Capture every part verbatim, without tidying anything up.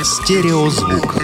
Стереозвук.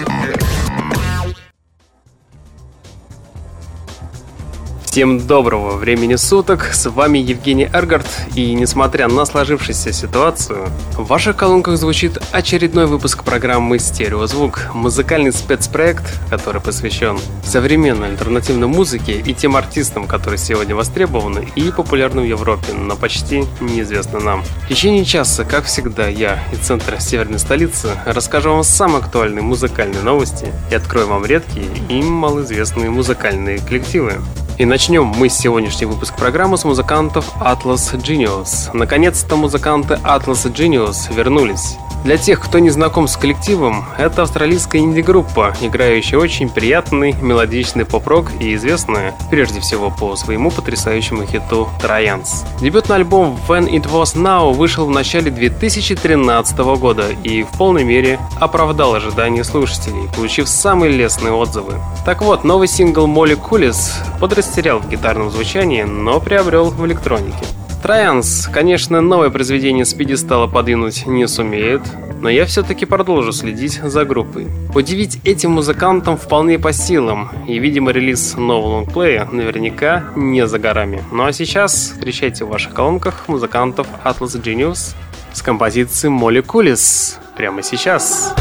Всем доброго времени суток, с вами Евгений Эргард, и несмотря на сложившуюся ситуацию, в ваших колонках звучит очередной выпуск программы «Стереозвук», музыкальный спецпроект, который посвящен современной альтернативной музыке и тем артистам, которые сегодня востребованы и популярны в Европе, но почти неизвестны нам. В течение часа, как всегда, я из центра северной столицы расскажу вам самые актуальные музыкальные новости и открою вам редкие и малоизвестные музыкальные коллективы. И начнем мы сегодняшний выпуск программы с музыкантов Atlas Genius. Наконец-то музыканты Atlas Genius вернулись. Для тех, кто не знаком с коллективом, это австралийская инди-группа, играющая очень приятный мелодичный поп-рок и известная, прежде всего, по своему потрясающему хиту Trance. Дебютный альбом When It Was Now вышел в начале две тысячи тринадцатого года и в полной мере оправдал ожидания слушателей, получив самые лестные отзывы. Так вот, новый сингл Molecules подрастерял в гитарном звучании, но приобрел в электронике. Trance, конечно, новое произведение с пьедестала подвинуть не сумеет, но я все-таки продолжу следить за группой. Удивить этим музыкантам вполне по силам, и, видимо, релиз нового лонгплея наверняка не за горами. Ну а сейчас встречайте в ваших колонках музыкантов Atlas Genius с композицией Molecules прямо сейчас.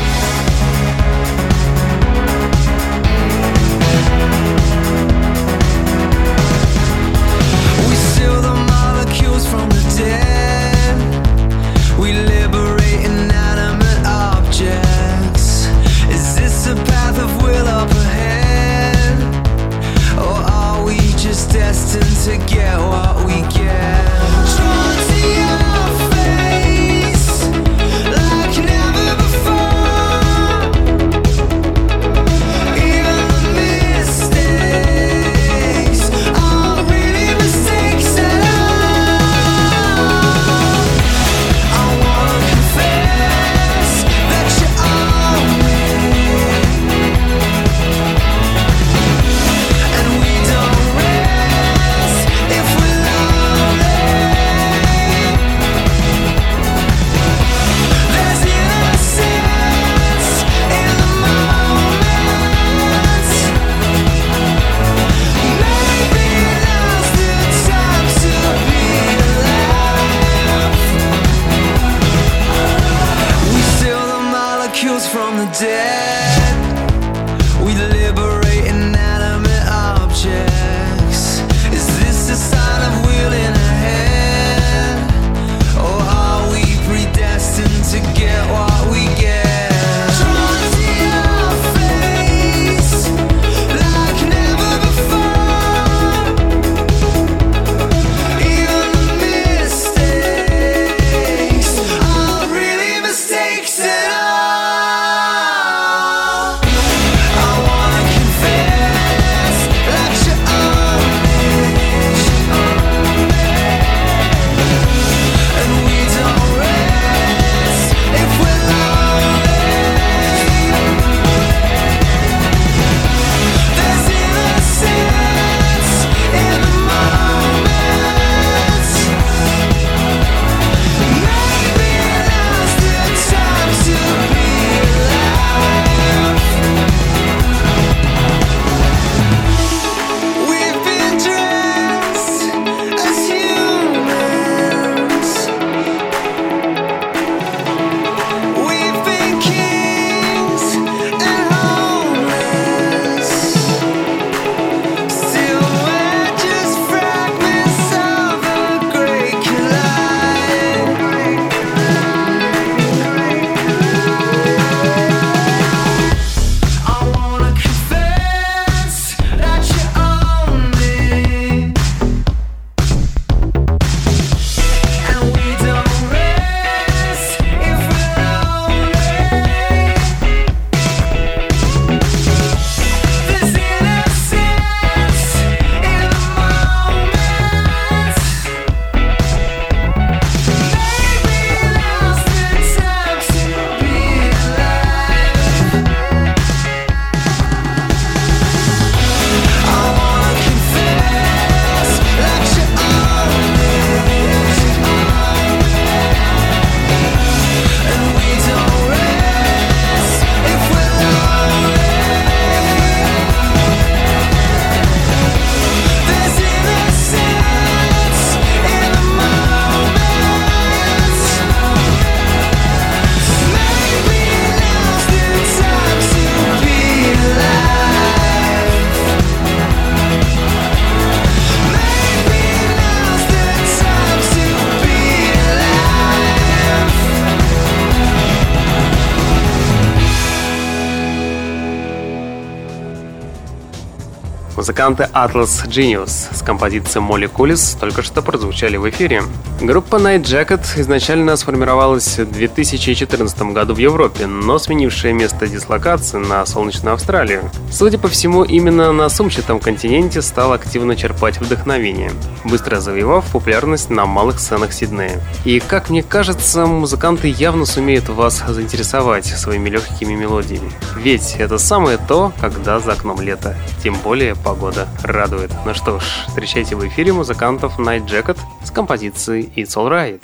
Mistakes at all. Музыканты Atlas Genius с композицией Molecules только что прозвучали в эфире. Группа Night Jacket изначально сформировалась в две тысячи четырнадцатом году в Европе, но сменившая место дислокации на солнечную Австралию. Судя по всему, именно на сумчатом континенте стал активно черпать вдохновение, быстро завоевав популярность на малых сценах Сиднея. И, как мне кажется, музыканты явно сумеют вас заинтересовать своими легкими мелодиями. Ведь это самое то, когда за окном лето. Тем более погода радует. Ну что ж, встречайте в эфире музыкантов Night Jacket с композицией It's Alright.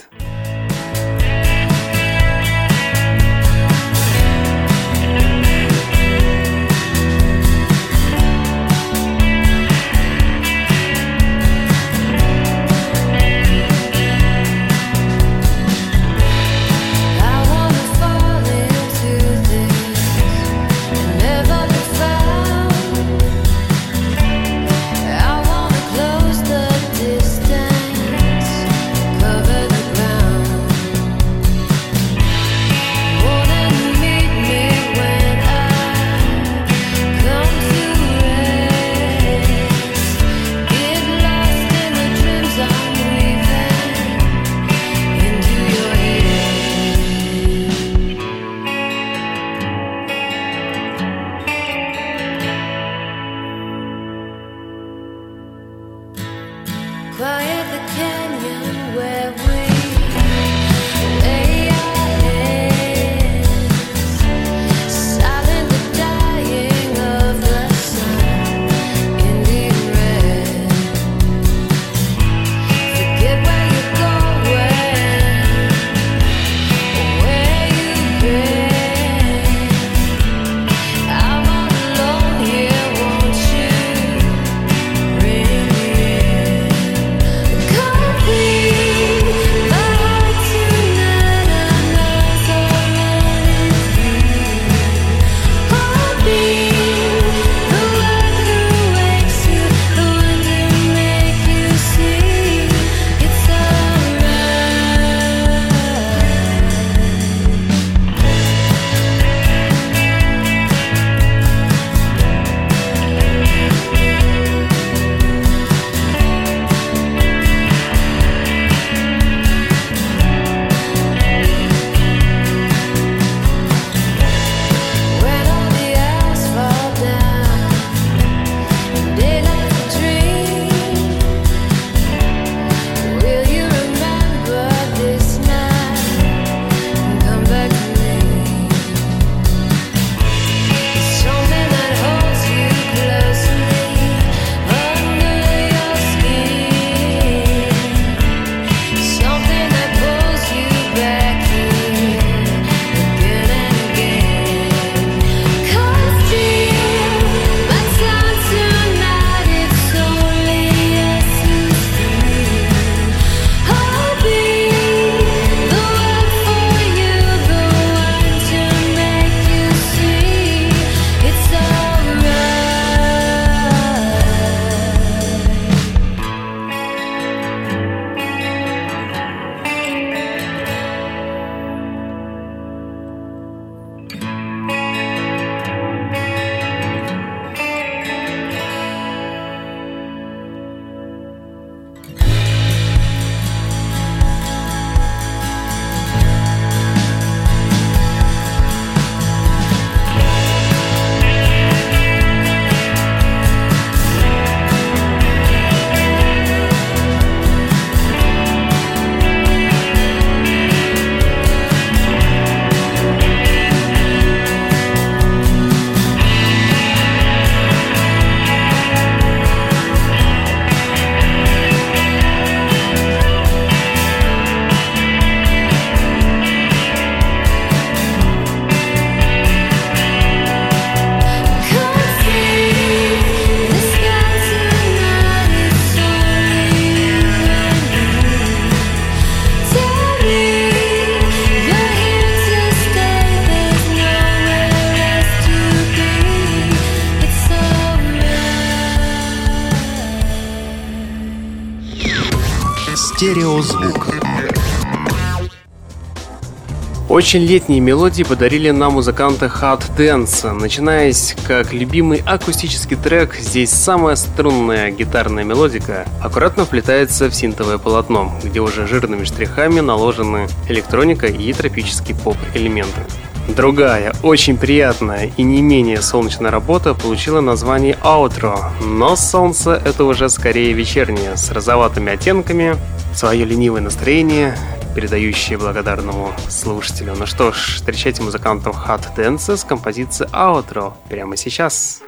Стереозвук. Очень летние мелодии подарили нам музыканты Hot Dance. Начинаясь как любимый акустический трек, здесь самая струнная гитарная мелодика аккуратно вплетается в синтовое полотно, где уже жирными штрихами наложены электроника и тропические поп-элементы. Другая, очень приятная и не менее солнечная работа получила название Outro, но солнце это уже скорее вечернее, с розоватыми оттенками, свое ленивое настроение, передающее благодарному слушателю. Ну что ж, встречайте музыкантов Hot Dance с композицией Outro прямо сейчас.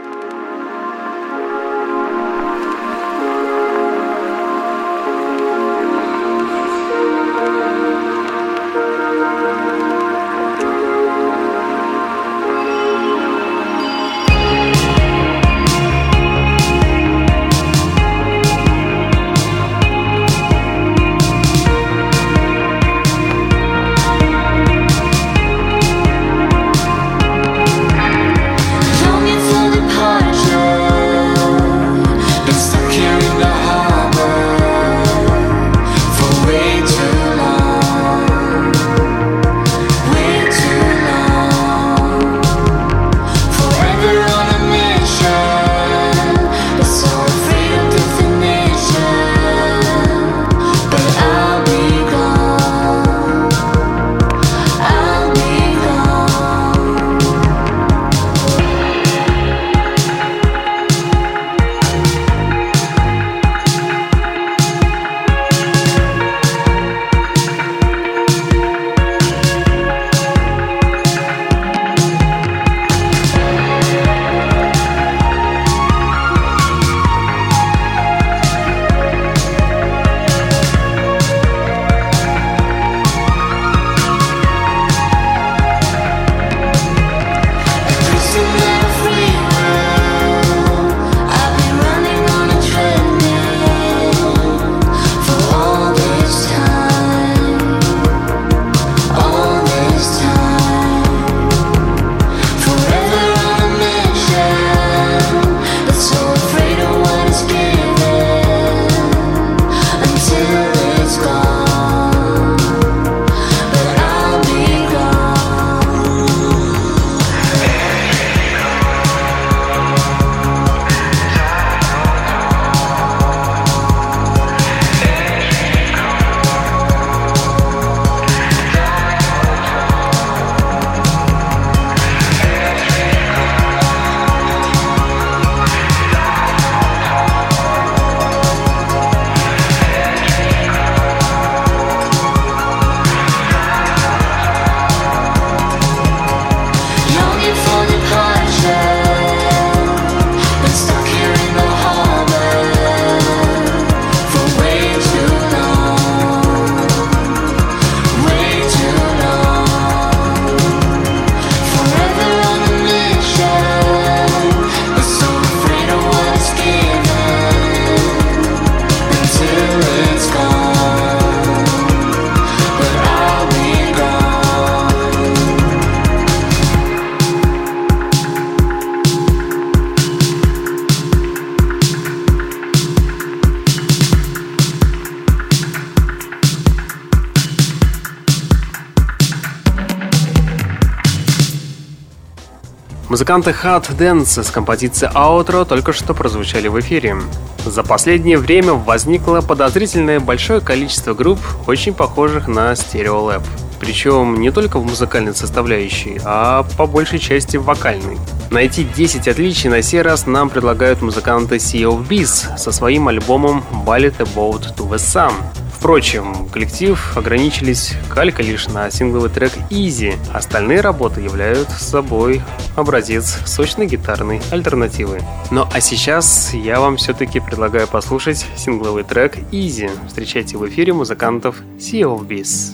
Музыканты Hot Dance с композицией Outro только что прозвучали в эфире. За последнее время возникло подозрительное большое количество групп, очень похожих на Stereolab. Причем не только в музыкальной составляющей, а по большей части в вокальной. Найти десять отличий на сей раз нам предлагают музыканты Sea of Bees со своим альбомом Ballad About to the Sun. Впрочем, коллектив ограничились калькой лишь на сингловый трек Easy. Остальные работы являются собой образец сочной гитарной альтернативы. Ну а сейчас я вам все-таки предлагаю послушать сингловый трек Easy. Встречайте в эфире музыкантов Sea of Bees.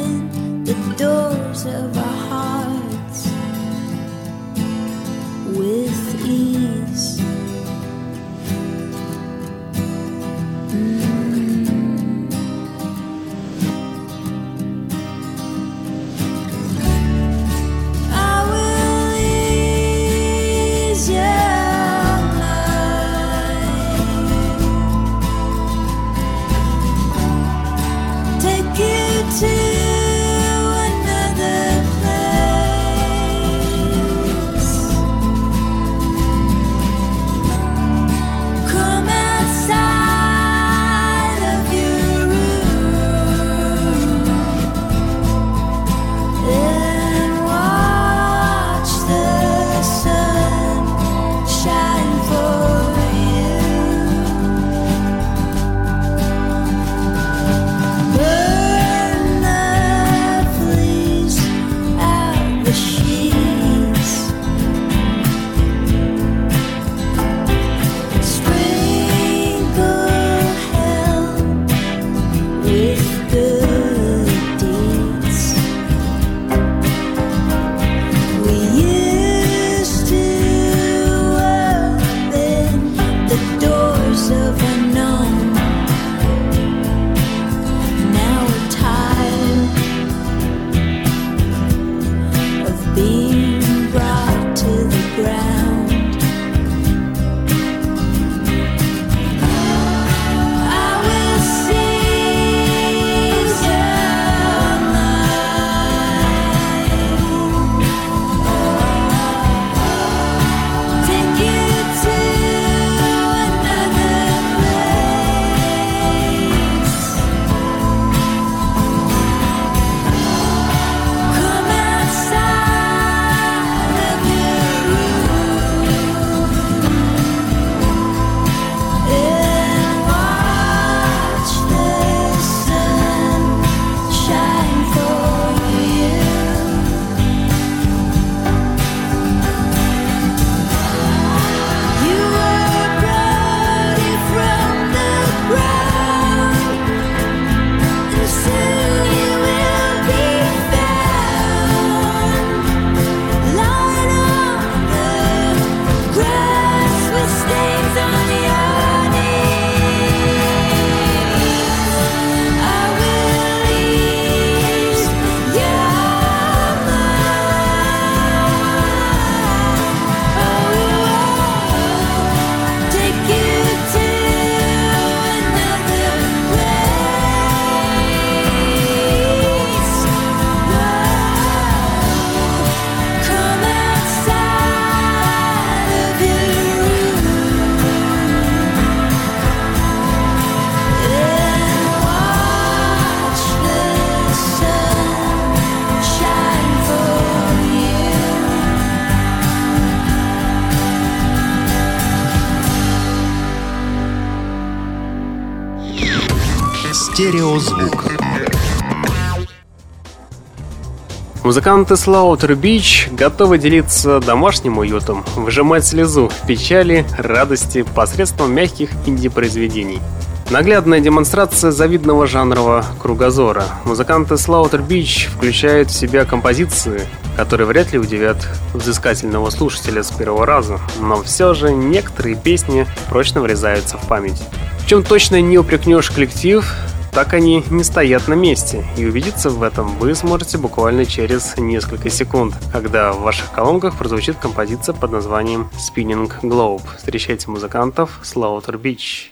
Of our hearts with Стереозвук. Музыканты Slaughter Beach готовы делиться домашним уютом, выжимать слезу в печали, радости посредством мягких инди-произведений. Наглядная демонстрация завидного жанрового кругозора. Музыканты Slaughter Beach включают в себя композиции, которые вряд ли удивят взыскательного слушателя с первого раза, но все же некоторые песни прочно врезаются в память. В чем точно не упрекнешь коллектив, так они не стоят на месте, и убедиться в этом вы сможете буквально через несколько секунд, когда в ваших колонках прозвучит композиция под названием Spinning Globe. Встречайте музыкантов Slaughter Beach.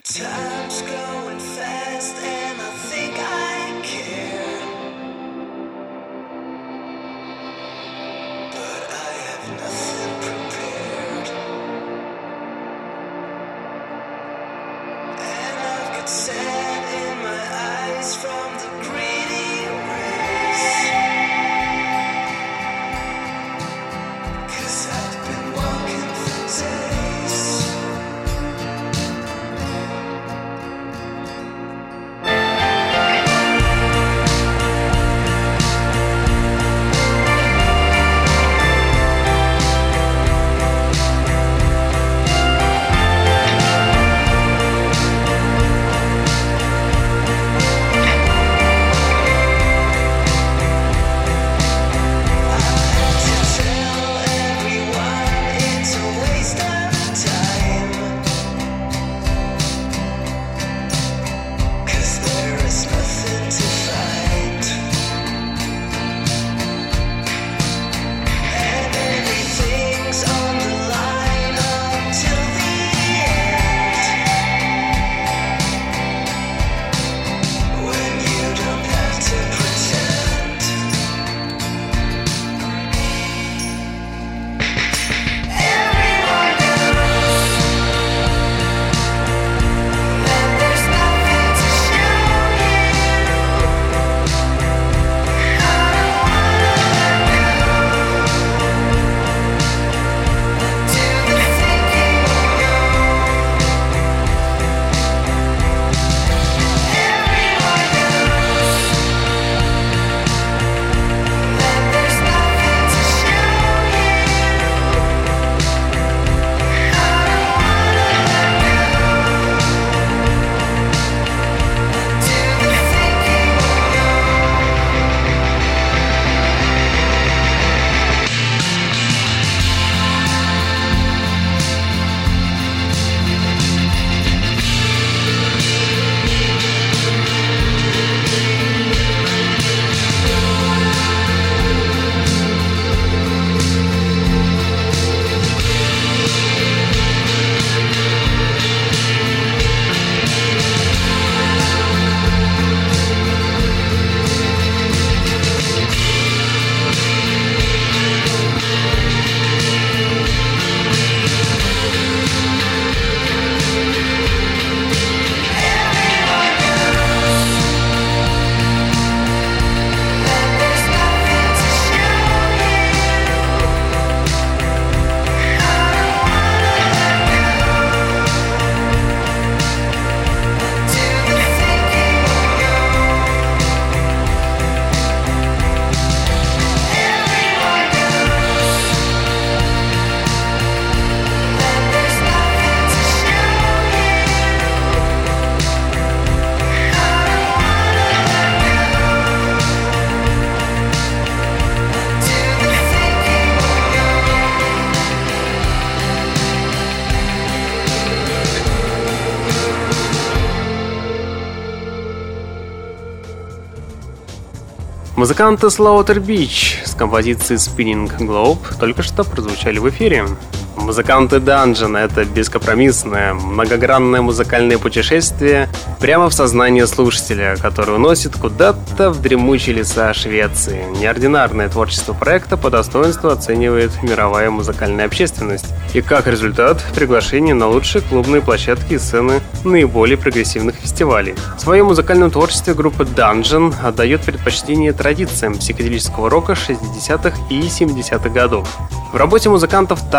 Музыканты Slaughter Beach с композицией Spinning Globe только что прозвучали в эфире. Музыканты Dungeon — это бескомпромиссное, многогранное музыкальное путешествие прямо в сознание слушателя, который уносит куда-то в дремучие леса Швеции. Неординарное творчество проекта по достоинству оценивает мировая музыкальная общественность. И как результат — приглашение на лучшие клубные площадки и сцены наиболее прогрессивных фестивалей. В своем музыкальном творчестве группа Dungeon отдает предпочтение традициям психоделического рока шестидесятых и семидесятых годов. В работе музыкантов также ощущается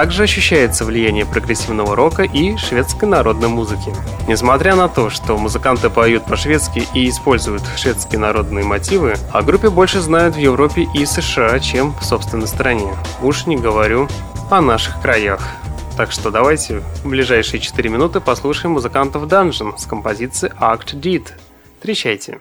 ощущается влияние прогрессивного рока и шведской народной музыки. Несмотря на то, что музыканты поют по-шведски и используют шведские народные мотивы, о группе больше знают в Европе и США, чем в собственной стране. Уж не говорю о наших краях. Так что давайте в ближайшие четыре минуты послушаем музыкантов Dungeon с композицией Act Did. Встречайте!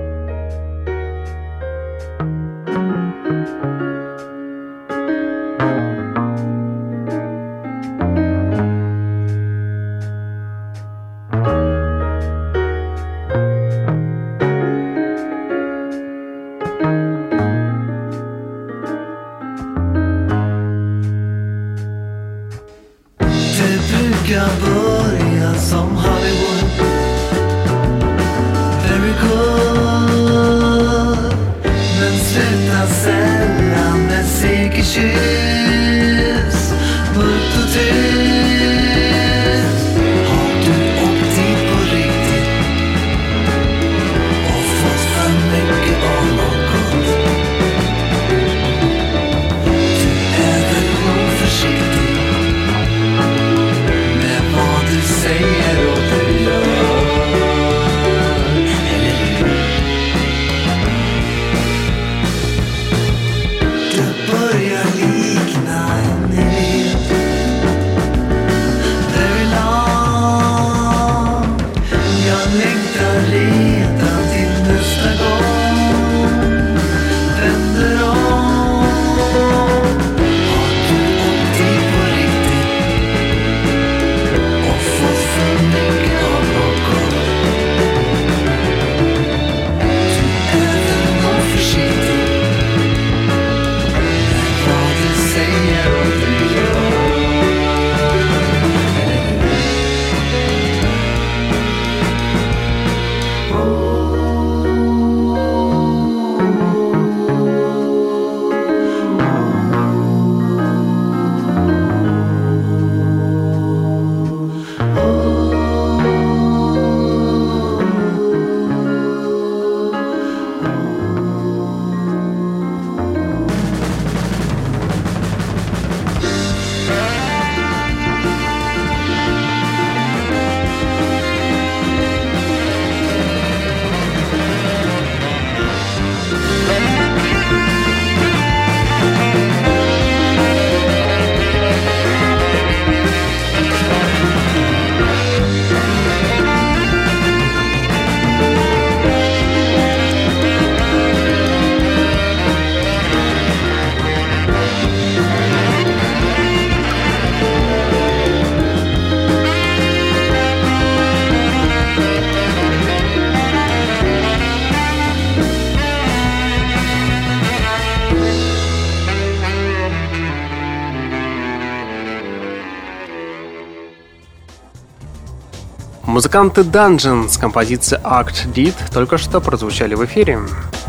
Börja som Hollywood. Very good. Men sluta sällan med segerkyss. Mörkt och tyst. Har du åkt dit på riktigt och fått för mycket av något? Du är väl nog försiktig du säger och du gör, eller hur? Det börjar likna en evighet. Very long. Jag längtar redan till nästa gång. Vänder om. Har du åkt dit på riktigt? Музыканты Dungeon с композицией Act Did только что прозвучали в эфире.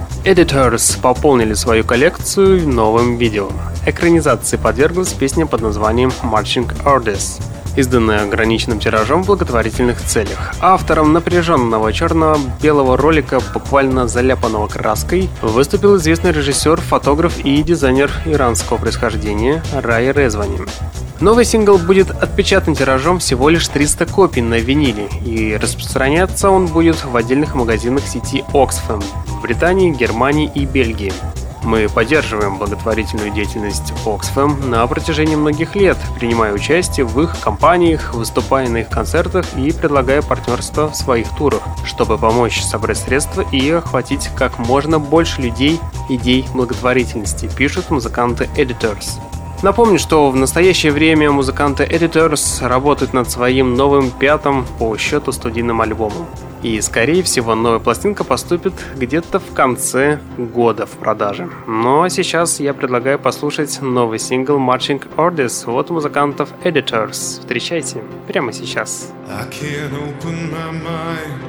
Editors пополнили свою коллекцию новым видео. Экранизации подверглась песня под названием Marching Orders, изданная ограниченным тиражом в благотворительных целях. Автором напряженного черно-белого ролика, буквально заляпанного краской, выступил известный режиссер, фотограф и дизайнер иранского происхождения Рай Резвани. Новый сингл будет отпечатан тиражом всего лишь триста копий на виниле, и распространяться он будет в отдельных магазинах сети Oxfam в Британии, Германии и Бельгии. Мы поддерживаем благотворительную деятельность Oxfam на протяжении многих лет, принимая участие в их кампаниях, выступая на их концертах и предлагая партнерство в своих турах, чтобы помочь собрать средства и охватить как можно больше людей идей благотворительности, пишут музыканты Editors. Напомню, что в настоящее время музыканты Editors работают над своим новым пятым по счету студийным альбомом. И, скорее всего, новая пластинка поступит где-то в конце года в продаже. Но сейчас я предлагаю послушать новый сингл Marching Orders от музыкантов Editors. Встречайте прямо сейчас. I can't open my mind,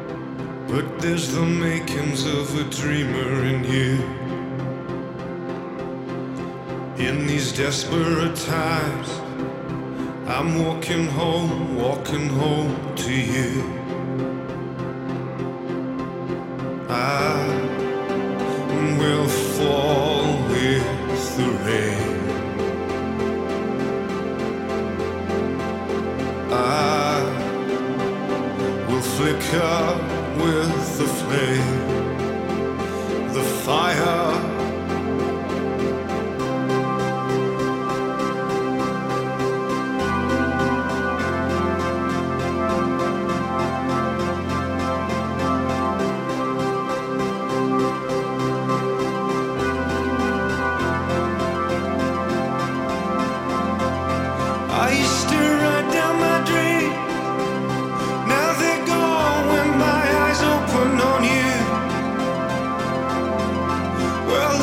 but there's the makings of a dreamer in you. In these desperate times, I'm walking home, walking home to you. I will fall with the rain. will flicker with the flame, the fire. I used to write down my dreams. Now they're gone when my eyes open on you. Well,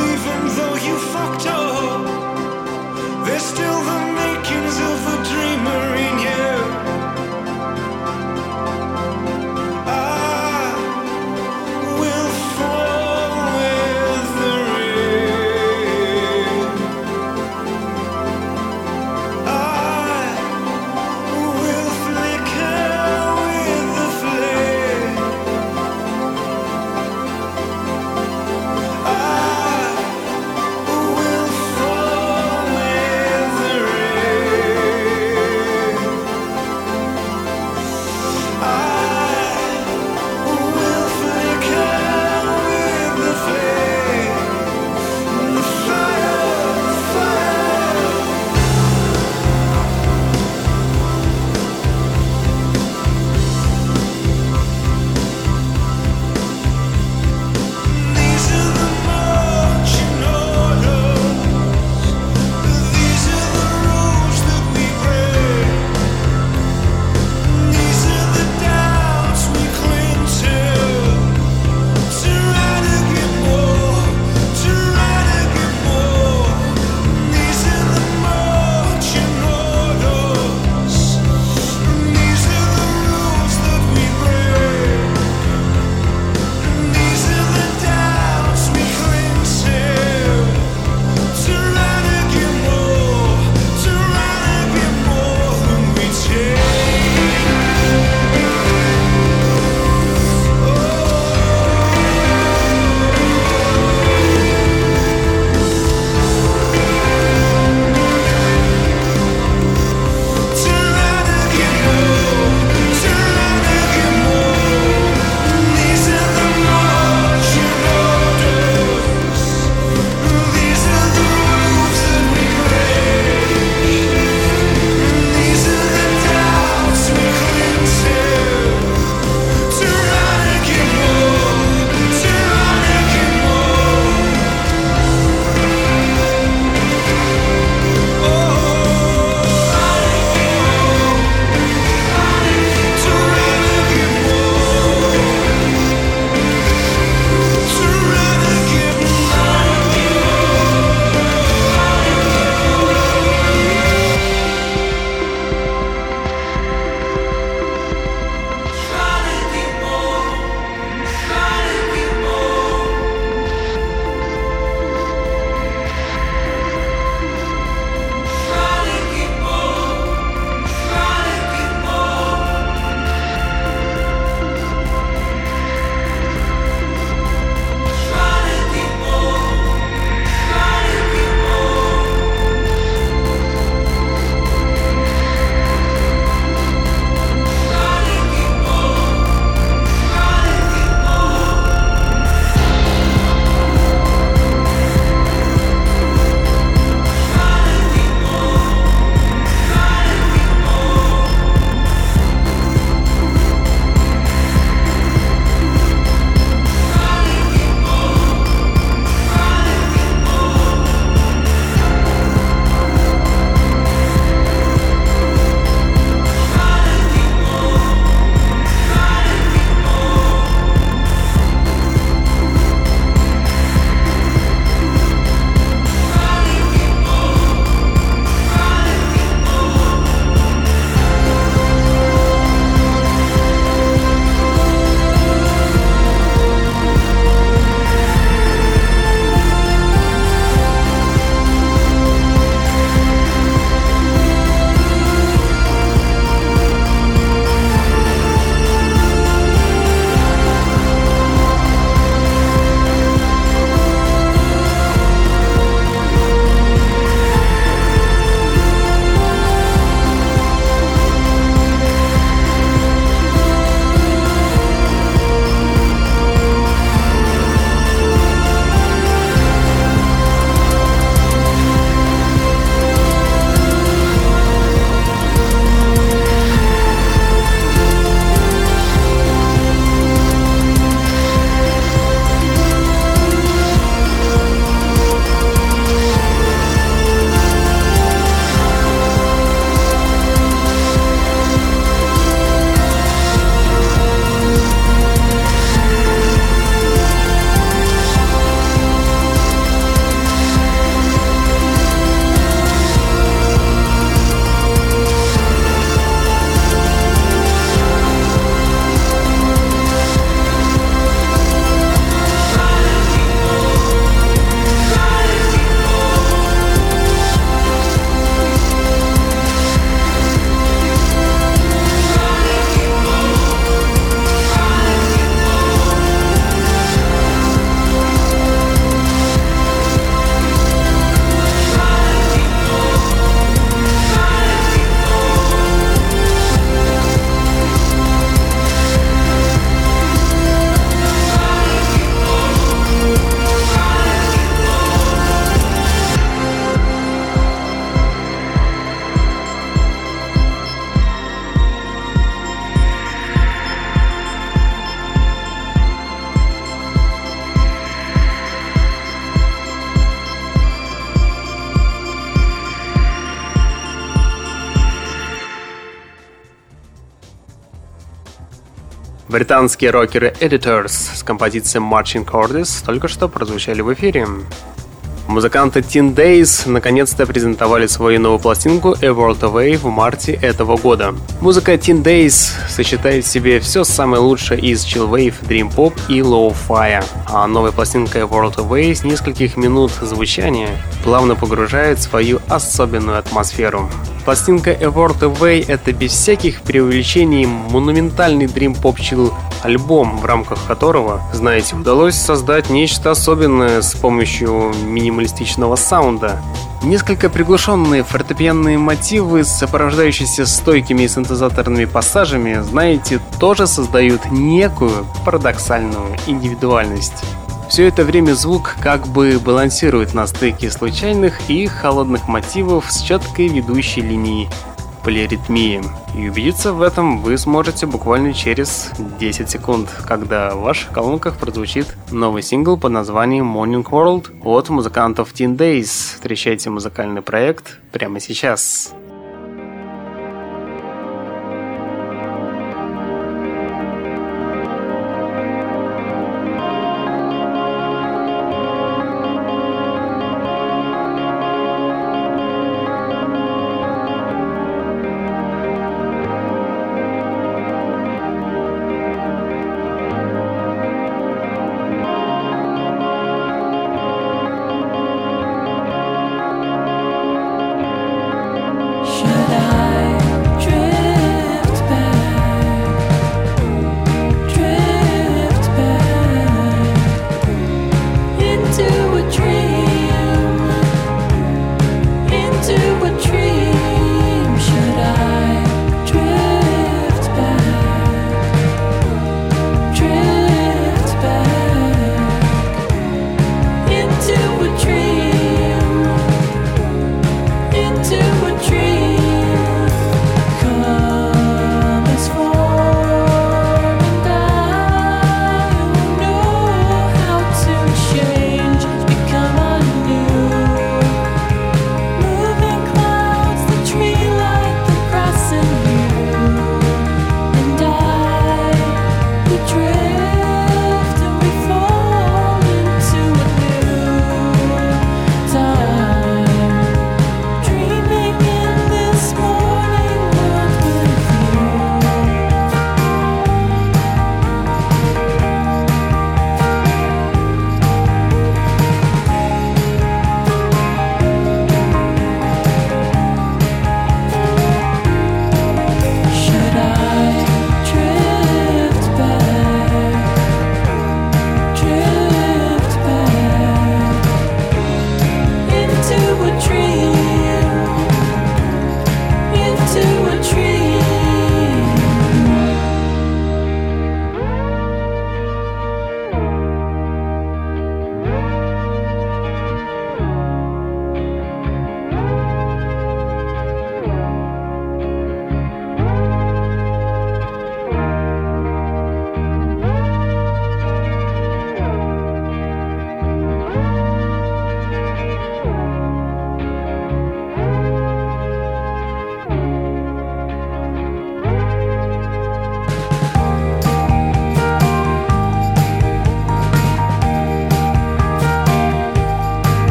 Британские рокеры Editors с композицией Marching Orders только что прозвучали в эфире. Музыканты Teen Days наконец-то презентовали свою новую пластинку A World Away в марте этого года. Музыка Teen Days сочетает в себе все самое лучшее из chillwave, dream pop и low-fi, а новая пластинка A World Away с нескольких минут звучания плавно погружает в свою особенную атмосферу. Пластинка A World Away — это без всяких преувеличений монументальный Dream Pop Chill альбом, в рамках которого, знаете, удалось создать нечто особенное с помощью минималистичного саунда. Несколько приглушенные фортепианные мотивы, сопровождающиеся стойкими синтезаторными пассажами, знаете, тоже создают некую парадоксальную индивидуальность. Все это время звук как бы балансирует на стыке случайных и холодных мотивов с четкой ведущей линией полиритмии. И убедиться в этом вы сможете буквально через десять секунд, когда в ваших колонках прозвучит новый сингл под названием Morning World от музыкантов Teen Days. Встречайте музыкальный проект прямо сейчас.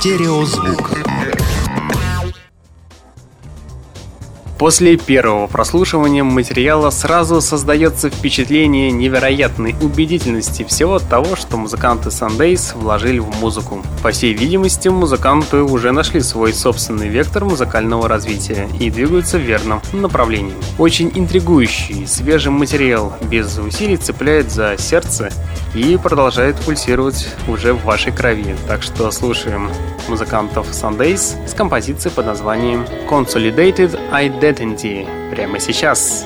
Стереозвук. После первого прослушивания материала сразу создается впечатление невероятной убедительности всего того, что музыканты Sundays вложили в музыку. По всей видимости, музыканты уже нашли свой собственный вектор музыкального развития и двигаются в верном направлении. Очень интригующий, свежий материал без усилий цепляет за сердце и продолжает пульсировать уже в вашей крови. Так что слушаем музыкантов Sundays с композицией под названием Consolidated Identity прямо сейчас.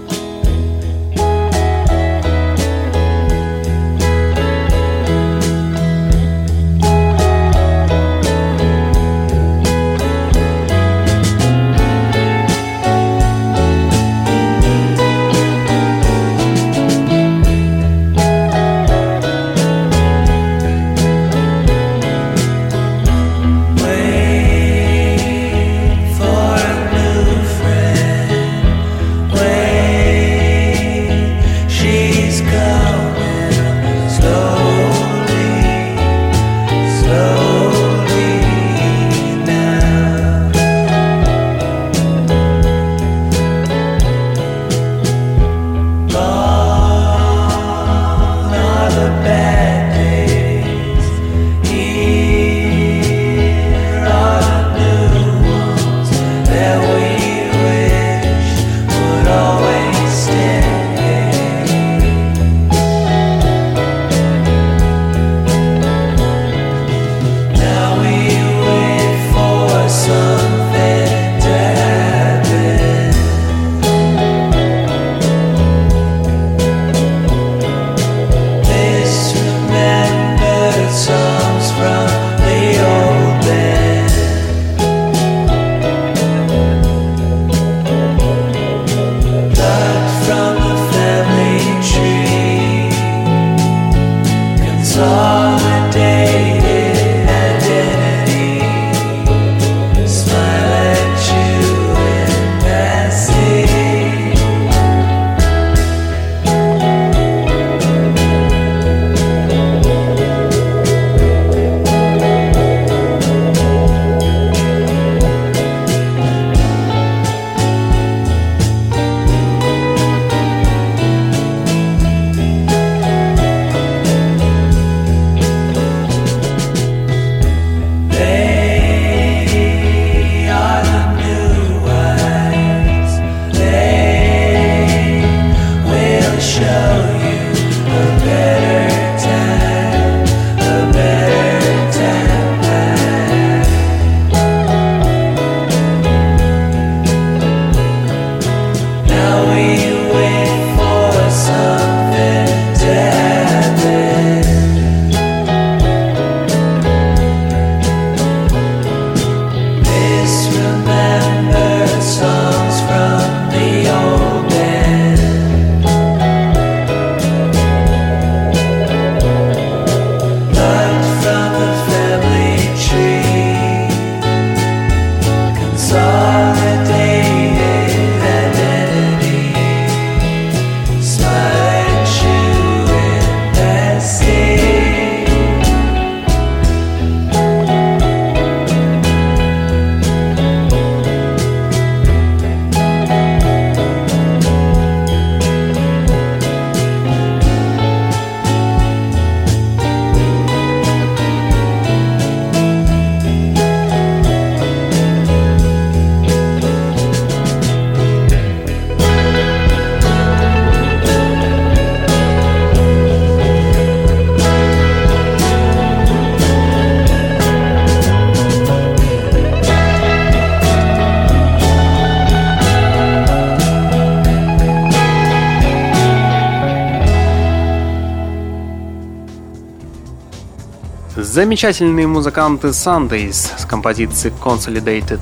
Замечательные музыканты Sundays с композицией Consolidated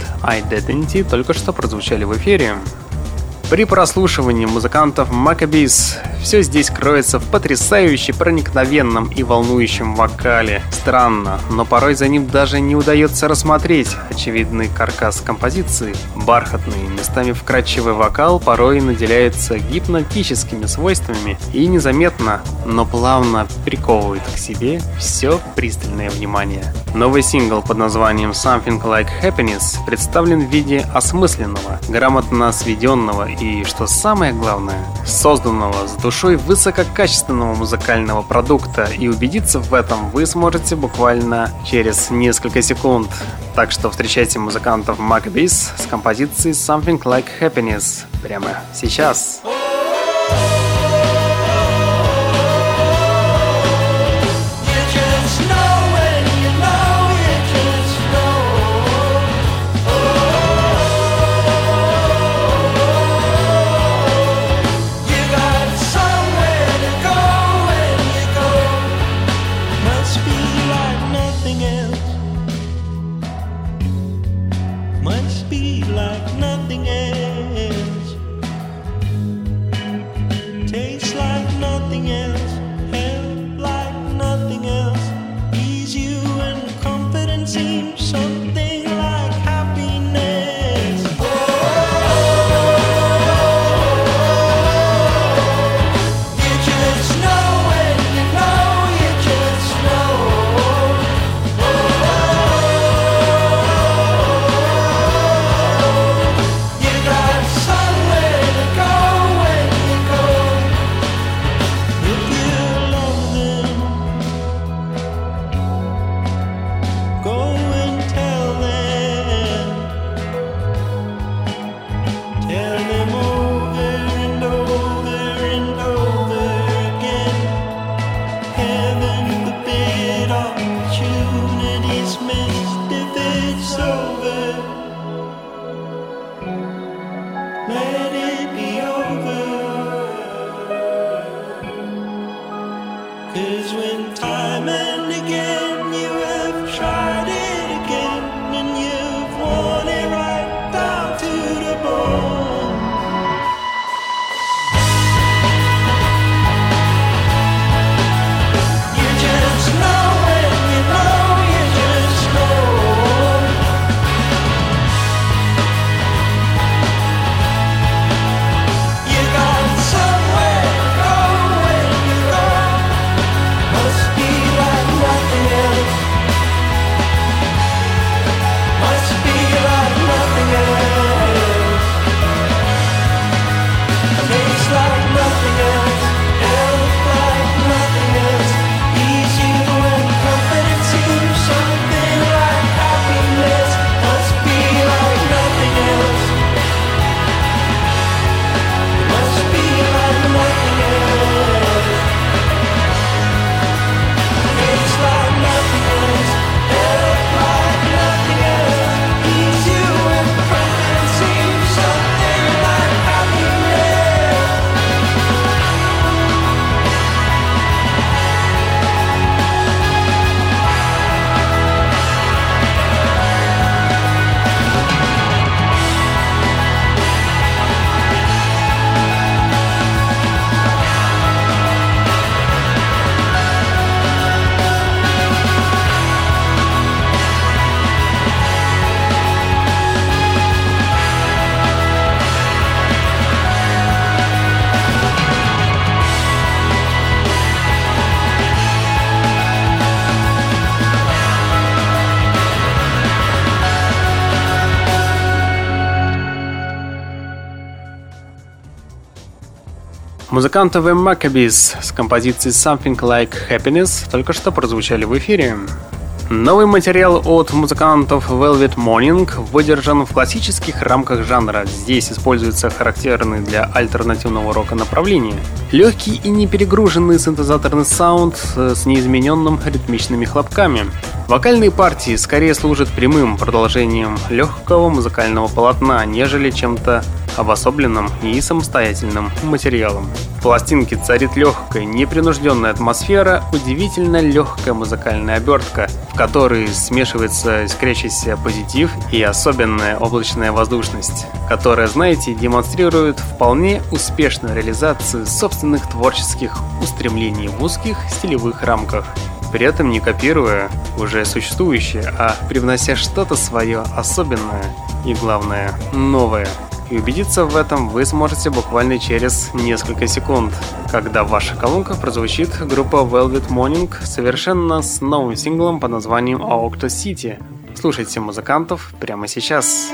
Identity только что прозвучали в эфире. При прослушивании музыкантов Maccabees Все здесь кроется в потрясающе проникновенном и волнующем вокале. Странно, но порой за ним даже не удается рассмотреть очевидный каркас композиции. Бархатный, местами вкрадчивый вокал порой наделяется гипнотическими свойствами и незаметно, но плавно приковывает к себе все пристальное внимание. Новый сингл под названием Something Like Happiness представлен в виде осмысленного, грамотно сведенного и, что самое главное, созданного с душой высококачественного музыкального продукта, и убедиться в этом вы сможете буквально через несколько секунд. Так что встречайте музыкантов Maccabees с композицией Something Like Happiness прямо сейчас. Музыканты The Maccabees с композицией Something Like Happiness только что прозвучали в эфире. Новый материал от музыкантов Velvet Morning выдержан в классических рамках жанра. Здесь используется характерный для альтернативного рока направление. Легкий и неперегруженный синтезаторный саунд с неизмененным ритмичными хлопками. Вокальные партии скорее служат прямым продолжением легкого музыкального полотна, нежели чем-то обособленным и самостоятельным материалом. В пластинке царит легкая, непринужденная атмосфера, удивительно легкая музыкальная обертка, в которой смешивается искрящийся позитив и особенная облачная воздушность, которая, знаете, демонстрирует вполне успешную реализацию собственных творческих устремлений в узких стилевых рамках, при этом не копируя уже существующее, а привнося что-то свое особенное и, главное, новое. И убедиться в этом вы сможете буквально через несколько секунд, когда в ваших колонках прозвучит группа Velvet Morning совершенно с новым синглом под названием Octo City. Слушайте музыкантов прямо сейчас.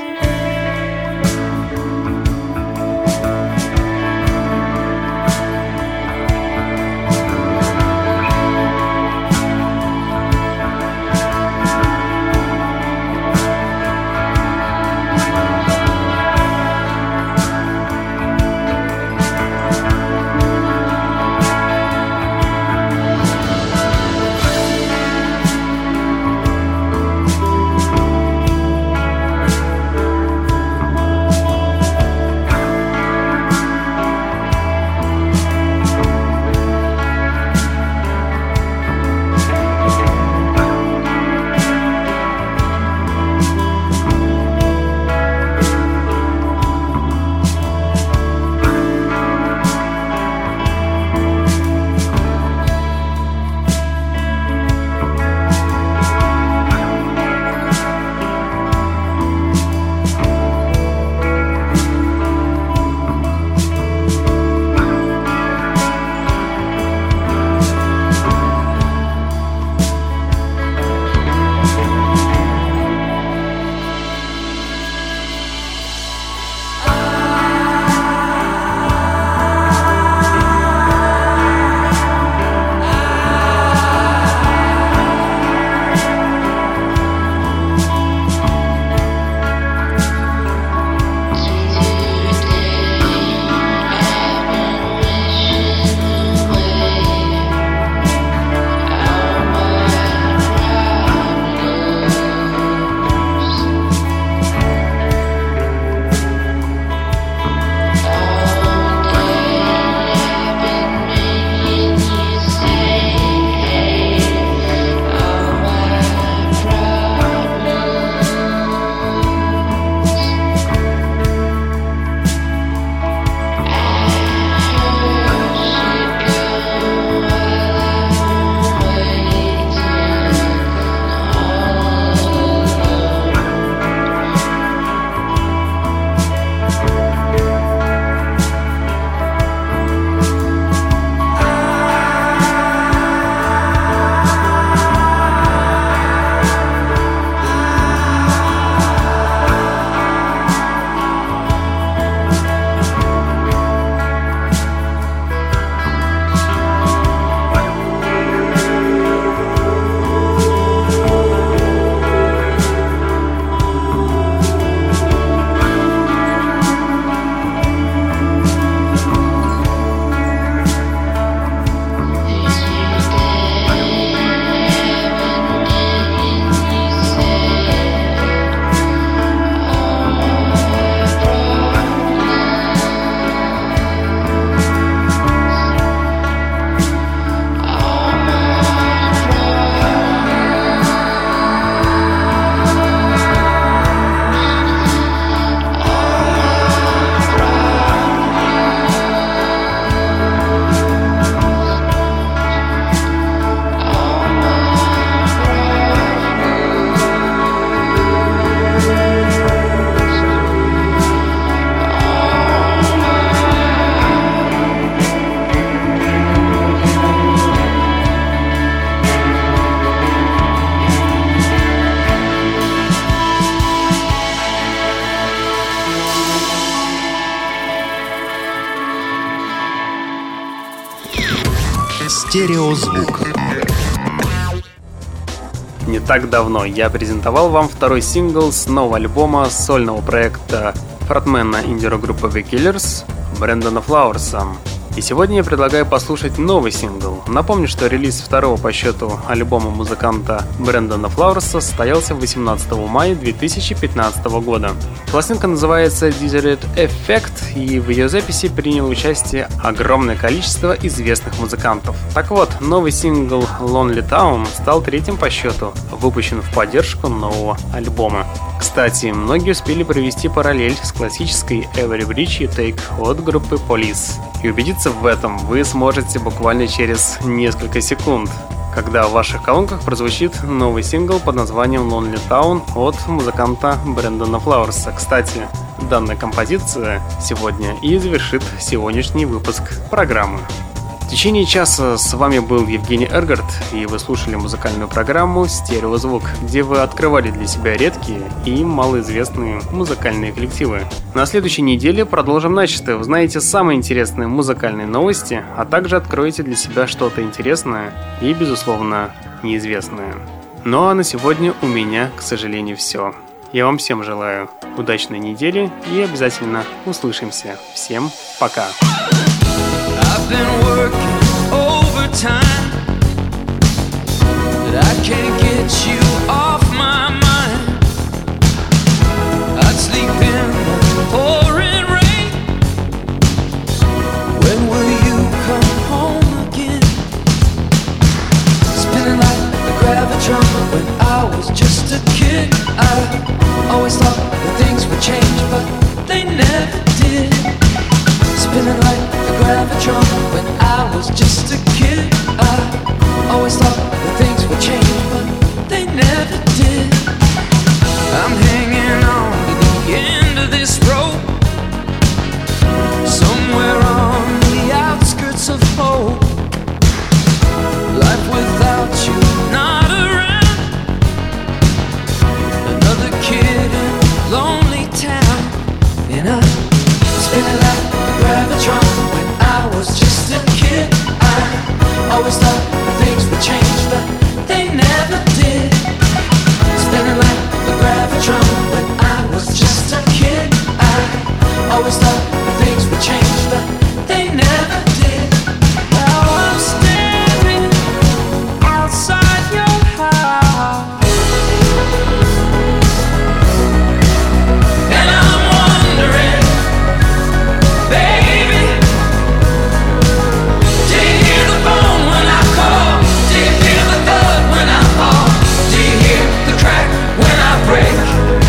Стереозвук. Не так давно я презентовал вам второй сингл с нового альбома сольного проекта фронтмена инди-рок группы The Killers Брэндона Флауэрса. И сегодня я предлагаю послушать новый сингл. Напомню, что релиз второго по счету альбома музыканта Брэндона Флауэрса состоялся восемнадцатого мая две тысячи пятнадцатого года. Пластинка называется Desert Effect, и в ее записи приняло участие огромное количество известных музыкантов. Так вот, новый сингл Lonely Town стал третьим по счету, выпущен в поддержку нового альбома. Кстати, многие успели провести параллель с классической Every Bridge You Take от группы Police. И убедиться в этом вы сможете буквально через несколько секунд, когда в ваших колонках прозвучит новый сингл под названием Lonely Town от музыканта Брэндона Флауэрса. Кстати, данная композиция сегодня и завершит сегодняшний выпуск программы. В течение часа с вами был Евгений Эргард, и вы слушали музыкальную программу «Стереозвук», где вы открывали для себя редкие и малоизвестные музыкальные коллективы. На следующей неделе продолжим начатое. Узнаете самые интересные музыкальные новости, а также откроете для себя что-то интересное и, безусловно, неизвестное. Ну а на сегодня у меня, к сожалению, все. Я вам всем желаю удачной недели и обязательно услышимся. Всем пока! I've been working overtime, but I can't get you off my mind. I'd sleep in the pouring rain. When will you come home again? Spinning like a gravitron when I was just a kid. I always thought that things would change, but they never did. Spinning like a gravitron when I was just a kid. I always thought that things would change, but they never did. I'm hanging on to the end of this rope, somewhere on the outskirts of hope. Life without you not around, another kid in a lonely town. And I'm spinning like Gravitron when I was just a kid. I always thought things would change, but they never did. Spinning like a Gravitron when I was just a kid. I always thought things would change, but they never did. Now I'm standing outside your house, and I'm wondering, baby, do you hear the phone when I call? Do you feel the thud when I fall? Do you hear the crack when I break?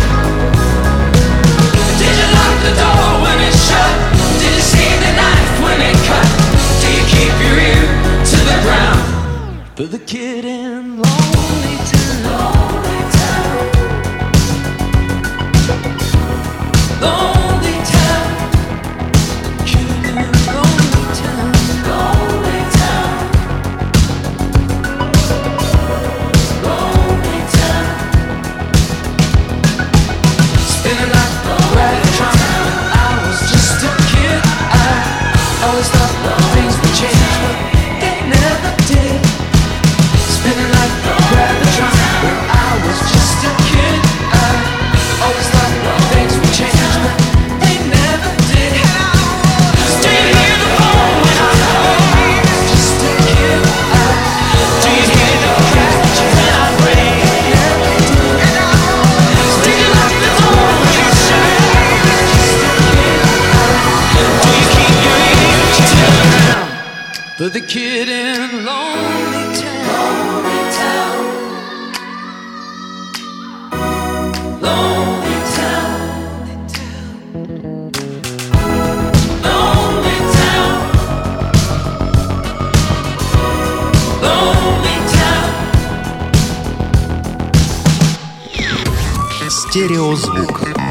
Did you lock the door when it's shut? Did you see the knife when it cut? Do you keep your ear to the ground for the kid in Lonely Town? Lonely Town, Lonely Town. Always thought things would change, but they never did. Spinning like a gravitron when I was just a kid. I always thought things would change, but they never did. Do you hear the phone when I call? Just a kid. I, do you hear the crack when I break? Never did. Do you lock the door when you shut? Just a kid. I, do you keep your ear to the ground for the kid in Lonely Town? Lonely Town, Lonely Town, Lonely Town. Стереозвук.